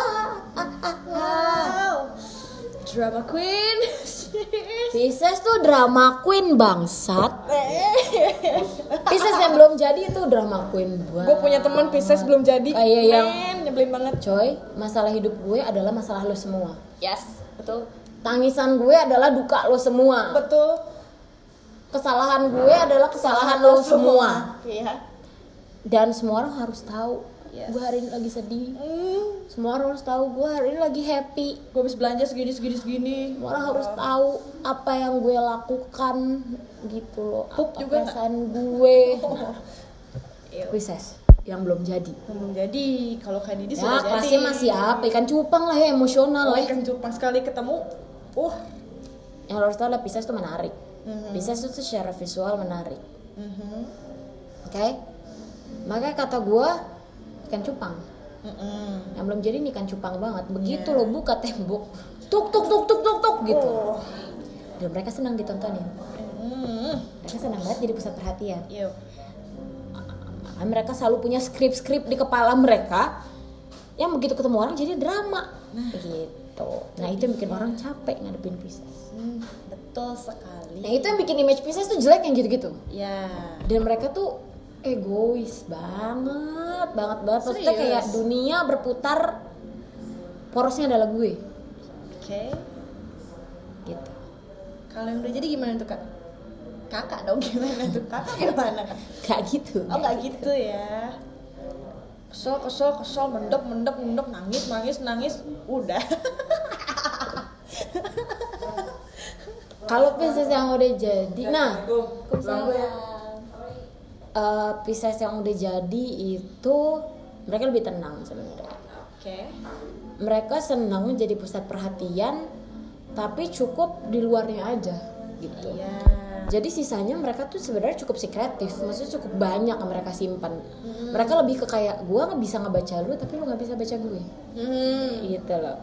Wow. Drama queen. Pisces tuh drama queen bangsat. Pisces yang belum jadi itu drama queen banget. Gue punya teman Pisces belum jadi. Yang nyebelin banget. Coy, masalah hidup gue adalah masalah lo semua. Yes, betul. Tangisan gue adalah duka lo semua. Betul. Kesalahan gue adalah kesalahan lo semua. Iya. Dan semua orang harus tahu. Yes. Gue hari ini lagi sedih. Semua orang harus tahu gue hari ini lagi happy. Gue habis belanja segini. Semua orang harus tahu apa yang gue lakukan gitu loh. Pup apa juga perasaan gue. Pisces yang belum jadi. Belum jadi. Kalau Kak Didi Ya sudah jadi. kelasnya masih apa? Ikan cupang lah ya, emosional lah. Ikan cupang sekali ketemu. Yang lo harus tahu lah Pisces tuh menarik. Pisces itu secara visual menarik. Oke? Makanya kata gue ikan cupang. Yang belum jadi nih ikan cupang banget. Begitu lo buka tembok, tuk gitu. Dan mereka senang ditontonin. Mereka senang banget jadi pusat perhatian. Mereka selalu punya skrip-skrip di kepala mereka yang begitu ketemu orang jadi drama. Gitu. Nah itu yang bikin orang capek ngadepin Pisces. Betul sekali. Nah itu yang bikin image Pisces tuh jelek yang gitu-gitu. Ya. Dan mereka tuh egois banget. Maksudnya Serius? kayak dunia berputar, porosnya adalah gue. Oke. Gitu. Kalau yang udah jadi gimana tuh Kak? Kakak dong gimana tuh? Kakak gimana Kak? Gak gitu. Oh nggak gitu ya. Kesel, mendok, nangis, udah. Kalau Pisces yang udah jadi, nah Pisces yang udah jadi itu mereka lebih tenang sebenarnya. Oke. Mereka senang jadi pusat perhatian, tapi cukup di luarnya aja gitu. Iya. Jadi sisanya mereka tuh sebenarnya cukup sekretif, maksudnya cukup banyak yang mereka simpan. Mereka lebih ke kayak gue nggak bisa ngebaca lu, tapi lu nggak bisa baca gue, gitu loh.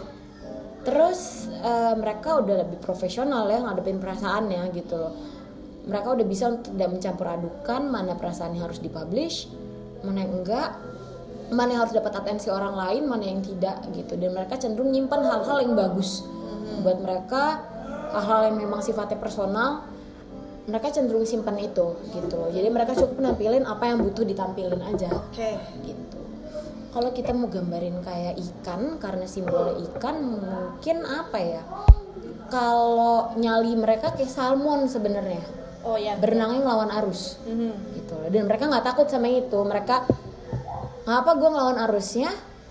Terus mereka udah lebih profesional ya ngadepin perasaannya gitu loh. Mereka udah bisa untuk tidak mencampur adukan mana perasaan yang harus dipublish, mana yang enggak, mana yang harus dapat atensi orang lain, mana yang tidak gitu. Dan mereka cenderung nyimpan hal-hal yang bagus buat mereka, hal-hal yang memang sifatnya personal. Mereka cenderung simpan itu gitu loh. Jadi mereka cukup nampilin apa yang butuh ditampilin aja. Gitu. Kalau kita mau gambarin kayak ikan, karena simbolnya ikan, mungkin apa ya? Kalau nyali mereka kayak salmon sebenarnya. Berenangnya ngelawan arus. Gitu loh. Dan mereka nggak takut sama itu. Mereka ngapa gue ngelawan arusnya?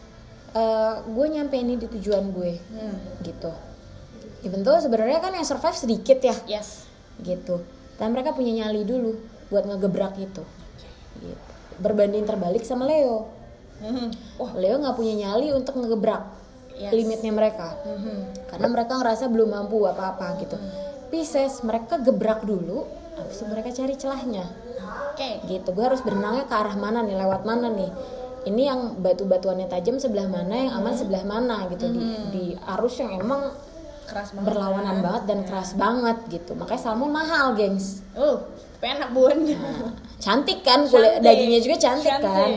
Gue nyampe ini di tujuan gue. Gitu. Even tuh sebenarnya kan yang survive sedikit ya. Gitu. Dan mereka punya nyali dulu buat ngegebrak itu. Gitu. Berbanding terbalik sama Leo. Leo nggak punya nyali untuk ngegebrak limitnya mereka. Karena mereka ngerasa belum mampu apa-apa gitu. Pisces mereka gebrak dulu, habis itu mereka cari celahnya. Gitu. Gue harus berenangnya ke arah mana nih, lewat mana nih. Ini yang batu-batuannya tajam sebelah mana, yang aman sebelah mana gitu. Di arus yang emang Keras banget, berlawanan banget dan keras banget gitu. Makanya salmon mahal, gengs. Tapi enak bun. Cantik kan, kulit dagingnya juga cantik. Kan.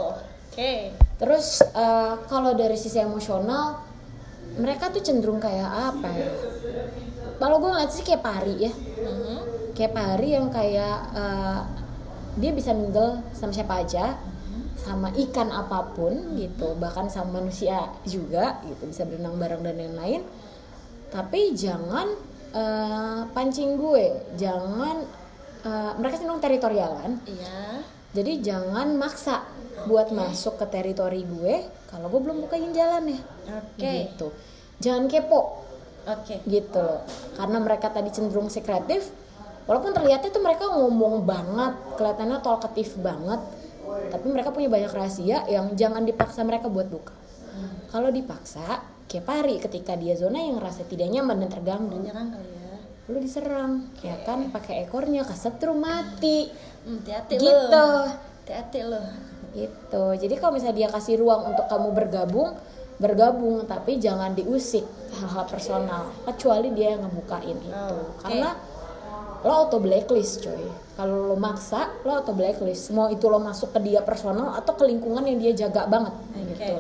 Terus kalau dari sisi emosional, mereka tuh cenderung kayak apa ya? Kalau gue ngeliat sih kayak pari ya. Kayak pari yang kayak dia bisa mingle sama siapa aja, sama ikan apapun gitu, bahkan sama manusia juga gitu, bisa berenang bareng dan lain-lain. Tapi jangan pancing gue, jangan mereka cenderung teritorialan. Jadi jangan maksa buat masuk ke teritori gue kalau gue belum bukain jalan ya. Gitu. Jangan kepo. Gitu loh. Karena mereka tadi cenderung sekretif, walaupun terlihatnya tuh mereka ngomong banget, kelihatannya talkative banget, tapi mereka punya banyak rahasia yang jangan dipaksa mereka buat buka. Kalau dipaksa, kayak pari ketika dia zona yang rasa tidak nyaman dan terganggu, Nyerang kali ya. lu diserang, ya kan, pakai ekornya kesetrum mati. Hati-hati Gitu. Hati-hati lo. Gitu. Jadi kalau misalnya dia kasih ruang untuk kamu bergabung, tapi jangan diusik hal-hal personal, kecuali dia yang ngebukain itu. Karena lo auto blacklist coy. Kalau lo maksa, lo auto blacklist. Mau itu lo masuk ke dia personal atau ke lingkungan yang dia jaga banget gitu.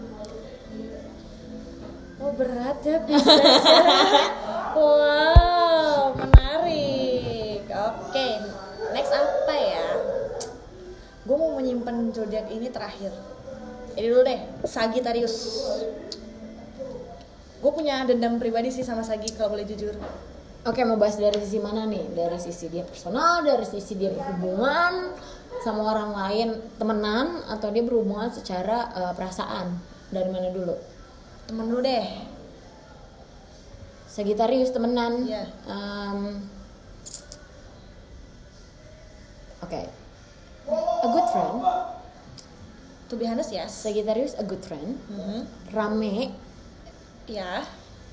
Berat ya Pisces. Wow, menarik. Next apa ya? Gue mau menyimpan zodiak ini terakhir. Ini dulu deh, Sagittarius. Gue punya dendam pribadi sih sama Sagi kalau boleh jujur. Oke, mau bahas dari sisi mana nih? Dari sisi dia personal, dari sisi dia berhubungan sama orang lain, temenan, atau dia berhubungan secara perasaan? Dari mana dulu? Temen dulu deh. Sagittarius temenan. Oke. A good friend. To be honest, yes. Sagittarius a good friend. Rame. Ya.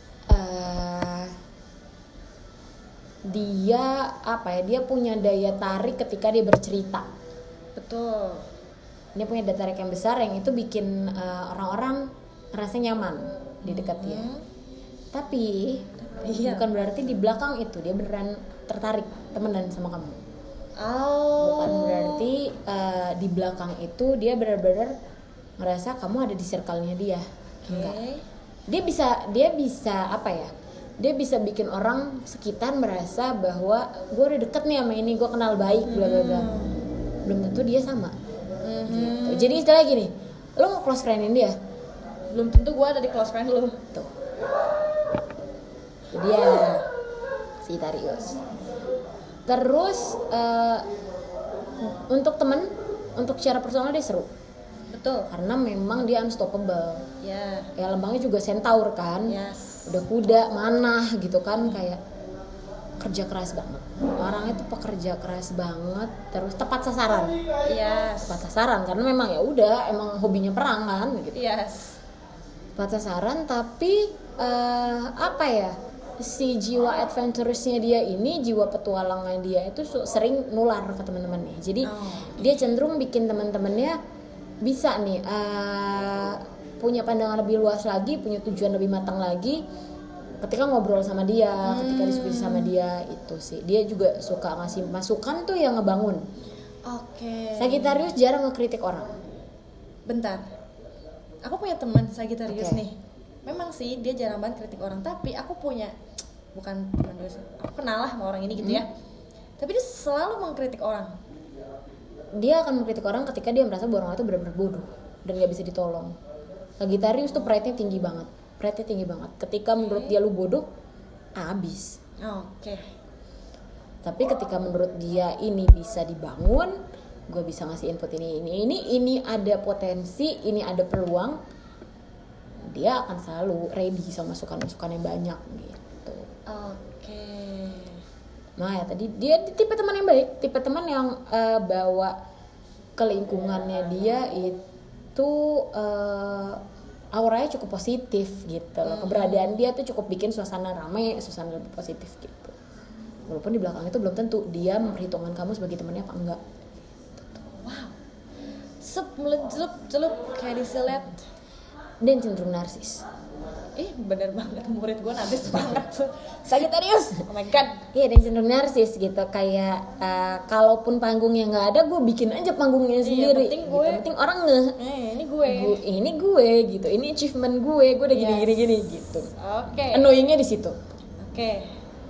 Dia apa ya? Dia punya daya tarik ketika dia bercerita. Betul. Dia punya daya tarik yang besar yang itu bikin orang-orang ngerasa nyaman di dekat dia. Tapi bukan berarti di belakang itu dia beneran tertarik temenan sama kamu. Bukan berarti di belakang itu dia benar-benar ngerasa kamu ada di circle-nya dia. Enggak. Dia bisa apa ya? Dia bisa bikin orang sekitar merasa bahwa gue udah deket nih sama ini, gue kenal baik, bla bla bla. Belum tentu dia sama. Gitu. Jadi istilahnya gini, lo mau close friend-in dia, belum tentu gue ada di close friend lo. Tuh. Dia Sagittarius. Terus untuk temen, untuk secara personal dia seru. Betul. Karena memang dia unstoppable. Ya. Ya lambangnya juga centaur kan. Yes. Udah kuda, manah gitu kan, kayak kerja keras banget. Orangnya tuh pekerja keras banget, terus tepat sasaran. Yes. Tepat sasaran karena memang ya udah emang hobinya perang kan gitu. Yes. Tepat sasaran tapi apa ya? si jiwa adventurousnya dia ini, jiwa petualangan dia itu sering nular ke teman-temannya. Jadi dia cenderung bikin teman-temannya bisa nih punya pandangan lebih luas lagi, punya tujuan lebih matang lagi ketika ngobrol sama dia, ketika diskusi sama dia. Itu sih dia juga suka ngasih masukan tuh yang ngebangun. Oke. Sagittarius jarang ngekritik orang. Bentar, aku punya teman Sagittarius Oke. nih. Memang sih dia jarang banget kritik orang, tapi aku punya, bukan teman dia, aku kenal lah sama orang ini gitu ya. Tapi dia selalu mengkritik orang. Dia akan mengkritik orang ketika dia merasa bahwa orang itu benar-benar bodoh dan gak bisa ditolong. Sagittarius tuh pride-nya tinggi banget. Pride-nya tinggi banget. Ketika menurut dia lu bodoh, abis. Oke. Tapi ketika menurut dia ini bisa dibangun, gue bisa ngasih input ini ada potensi, ini ada peluang, dia akan selalu ready sama masukan-masukan yang banyak gitu. Oke. Nah ya tadi dia tipe teman yang baik, tipe teman yang bawa ke lingkungannya dia itu auranya cukup positif gitu loh. Keberadaan dia tuh cukup bikin suasana ramai, suasana lebih positif gitu. Walaupun di belakang itu belum tentu dia memperhitungkan kamu sebagai temannya apa enggak. Wow. Celup kayak disilet. Dan cenderung narsis. Bener banget, murid gue narsis banget tuh. Sagittarius. Oh my god. Iya, dan cenderung narsis gitu. Kayak kalaupun panggungnya nggak ada, gue bikin aja panggungnya sendiri. penting gitu. gue. Penting orang ngeh. Ini gue. Ini gue gitu. Ini achievement gue udah gini gitu. Oke. Annoyingnya di situ. Oke.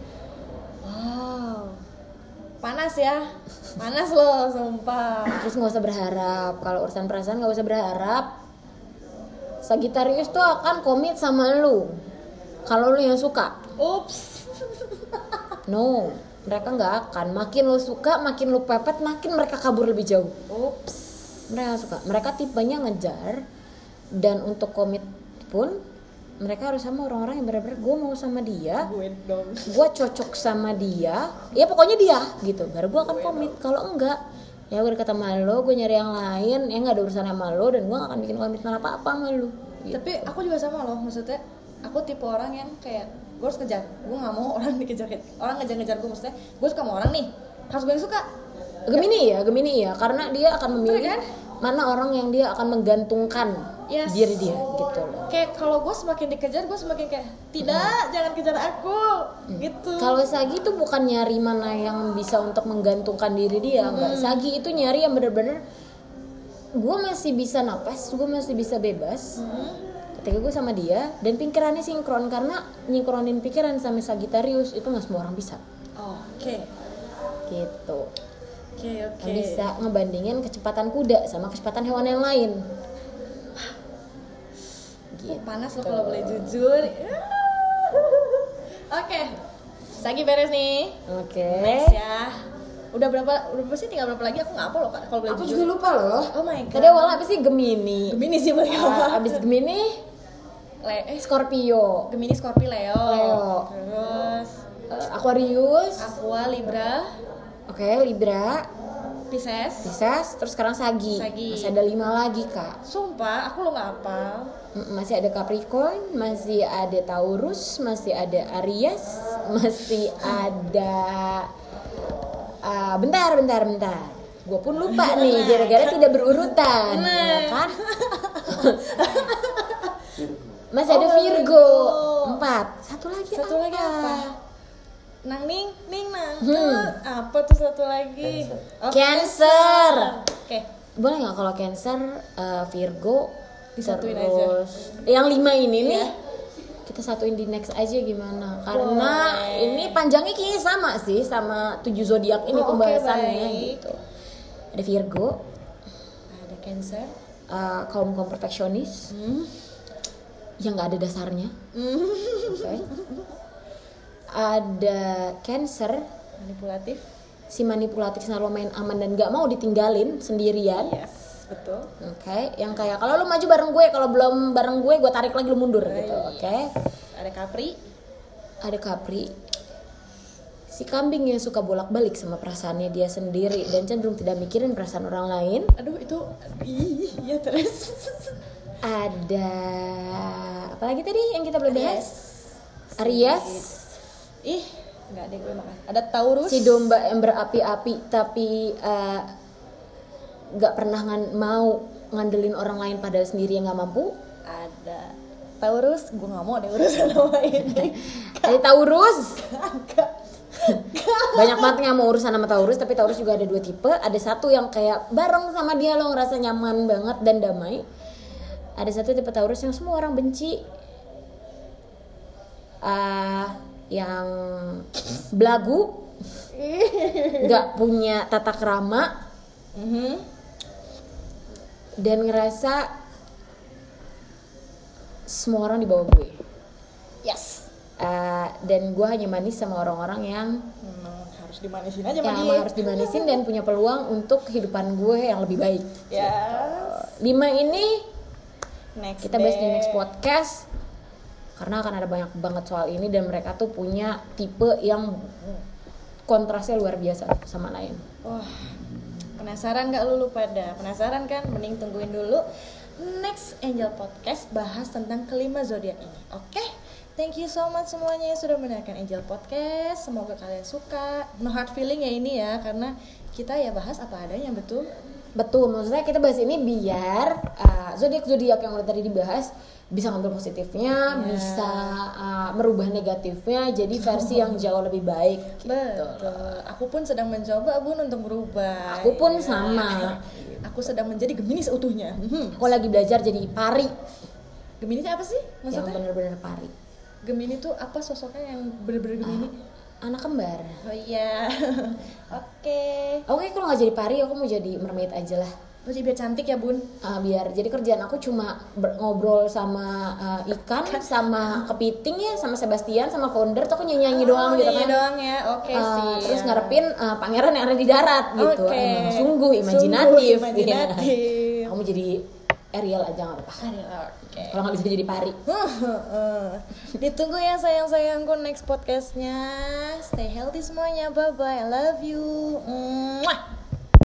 Wow. Panas ya. Panas loh, sumpah. Terus nggak usah berharap. Kalau urusan perasaan nggak usah berharap. Sagittarius tuh akan komit sama lu kalau lu yang suka. Ups. No, mereka nggak akan. Makin lu suka, makin lu pepet, makin mereka kabur lebih jauh. Ups. Mereka suka. Mereka tipenya ngejar. Dan untuk komit pun mereka harus sama orang-orang yang benar-benar gue mau sama dia, Gue dong. gue cocok sama dia, ya pokoknya dia gitu. Baru gue akan komit. Kalau enggak, ya gue deket sama lo, gue nyari yang lain, ya nggak ada urusan sama lo, dan gue gak akan bikin komitmen apa-apa sama lo gitu. Tapi aku juga sama loh, maksudnya aku tipe orang yang kayak gue harus ngejar, gue nggak mau orang dikejar, orang ngejar gue, maksudnya gue suka sama orang nih, harus gue yang suka. Gemini ya, karena dia akan memilih kan? mana orang yang dia akan menggantungkan diri dia gitu loh. Kayak kalau gue semakin dikejar, gue semakin kayak tidak, jangan kejar aku, gitu. Kalau Sagi itu bukan nyari mana yang bisa untuk menggantungkan diri dia, enggak. Sagi itu nyari yang bener-bener gue masih bisa napas, gue masih bisa bebas ketika gue sama dia, dan pikirannya sinkron. Karena nyingkronin pikiran sama Sagittarius itu nggak semua orang bisa. Oke. Gitu. Oke. Yang bisa ngebandingin kecepatan kuda sama kecepatan hewan yang lain. Gitu. Panas loh kalau boleh jujur. Oke. Sagi beres nih. Oke. Next ya. Udah berapa sih, tinggal berapa lagi? Aku nggak apa loh Kak, kalau boleh Aku jujur. juga lupa loh. Oh my god. Tadi awalnya apa sih? Gemini. Gemini sih boleh Abis Gemini, Scorpio, Gemini, Scorpio, Leo. Terus Aquarius, Aqua, Libra, oke, Libra, Pisces. terus sekarang Sagi. Sagi. Masih ada 5 lagi Kak. Sumpah, aku lo nggak hafal. Masih ada Capricorn, masih ada Taurus, masih ada Aries, masih ada bentar. Gue pun lupa nih, gara-gara tidak berurutan, ya kan? Masih ada Virgo, 4. Satu lagi apa? Nang ning nang. Apa tuh satu lagi? Oh, Cancer. Oke. Boleh nggak kalau Cancer, Virgo, Disatuin terus yang 5 ini nih kita satuin di next aja gimana? Karena ini panjangnya kayaknya sama sih sama 7 zodiak ini pembahasannya gitu. Ada Virgo, Ada Cancer. kaum perfeksionis, yang nggak ada dasarnya. Okay. Ada Cancer, Manipulatif. si manipulatif, selalu main aman dan nggak mau ditinggalin sendirian. Yes, betul. Oke, yang kayak kalau lu maju bareng gue, kalau belum bareng gue tarik lagi lu mundur gitu. Oke. Ada Capri. Ada Capri. Si kambing yang suka bolak-balik sama perasaannya dia sendiri dan cenderung tidak mikirin perasaan orang lain. Aduh itu iya terus. Ada apa lagi tadi yang kita belum bahas? Aries, Ih, nggak deh gue makasih. Ada Taurus. Si domba yang berapi-api tapi nggak pernah mau ngandelin orang lain padahal sendiri yang nggak mampu. Ada Taurus, gue nggak mau deh urusan sama ini. Ada Taurus. Kagak. Banyak banget yang mau urusan sama Taurus, tapi Taurus juga ada 2 tipe. Ada satu yang kayak bareng sama dia lo ngerasa nyaman banget dan damai. Ada satu tipe Taurus yang semua orang benci. Yang belagu, nggak punya tata krama, dan ngerasa semua orang di bawah gue. Yes. Dan gue hanya manis sama orang-orang yang Harus dimanisin aja sama yang dia. harus dimanisin dan punya peluang untuk kehidupan gue yang lebih baik. Yes. 5 ini Next kita bahas di deh. next podcast karena akan ada banyak banget soal ini dan mereka tuh punya tipe yang kontrasnya luar biasa sama lain. Wah, penasaran nggak lu pada? Penasaran kan? Mending tungguin dulu next Angel Podcast bahas tentang kelima zodiak ini. Oke? Thank you so much semuanya yang sudah mendengarkan Angel Podcast. Semoga kalian suka. No hard feeling ya ini ya, karena kita ya bahas apa adanya, betul? Betul, maksudnya kita bahas ini biar zodiak-zodiak yang udah tadi dibahas bisa ngambil positifnya, bisa merubah negatifnya jadi versi yang jauh lebih baik. Betul. Aku pun sedang mencoba Bun untuk berubah. Aku pun Ya. sama. Aku sedang menjadi Gemini seutuhnya. Aku lagi belajar jadi pari, Gemini itu apa sih? yang Maksudnya? bener-bener pari. Gemini tuh apa sosoknya yang bener-bener Gemini? Anak kembar. Oh iya. Oke. Oke, kalau nggak jadi pari, aku mau jadi mermaid aja lah. Oh, jadi biar cantik ya Bun. Biar jadi kerjaan aku cuma ngobrol sama ikan, sama kepiting ya, sama Sebastian, sama founder tuh aku nyanyi doang gitu nyanyi kan. doang ya. Oke sih. Terus ngarepin pangeran yang ada di darat gitu. Oke. Emang sungguh imajinatif. Sungguh imajinatif. Iya. Kamu jadi Ariel aja nggak apa-apa. Oke. Kalau nggak bisa jadi pari. Ditunggu ya sayang-sayangku next podcastnya. Stay healthy semuanya. Bye bye. I love you. Mwah.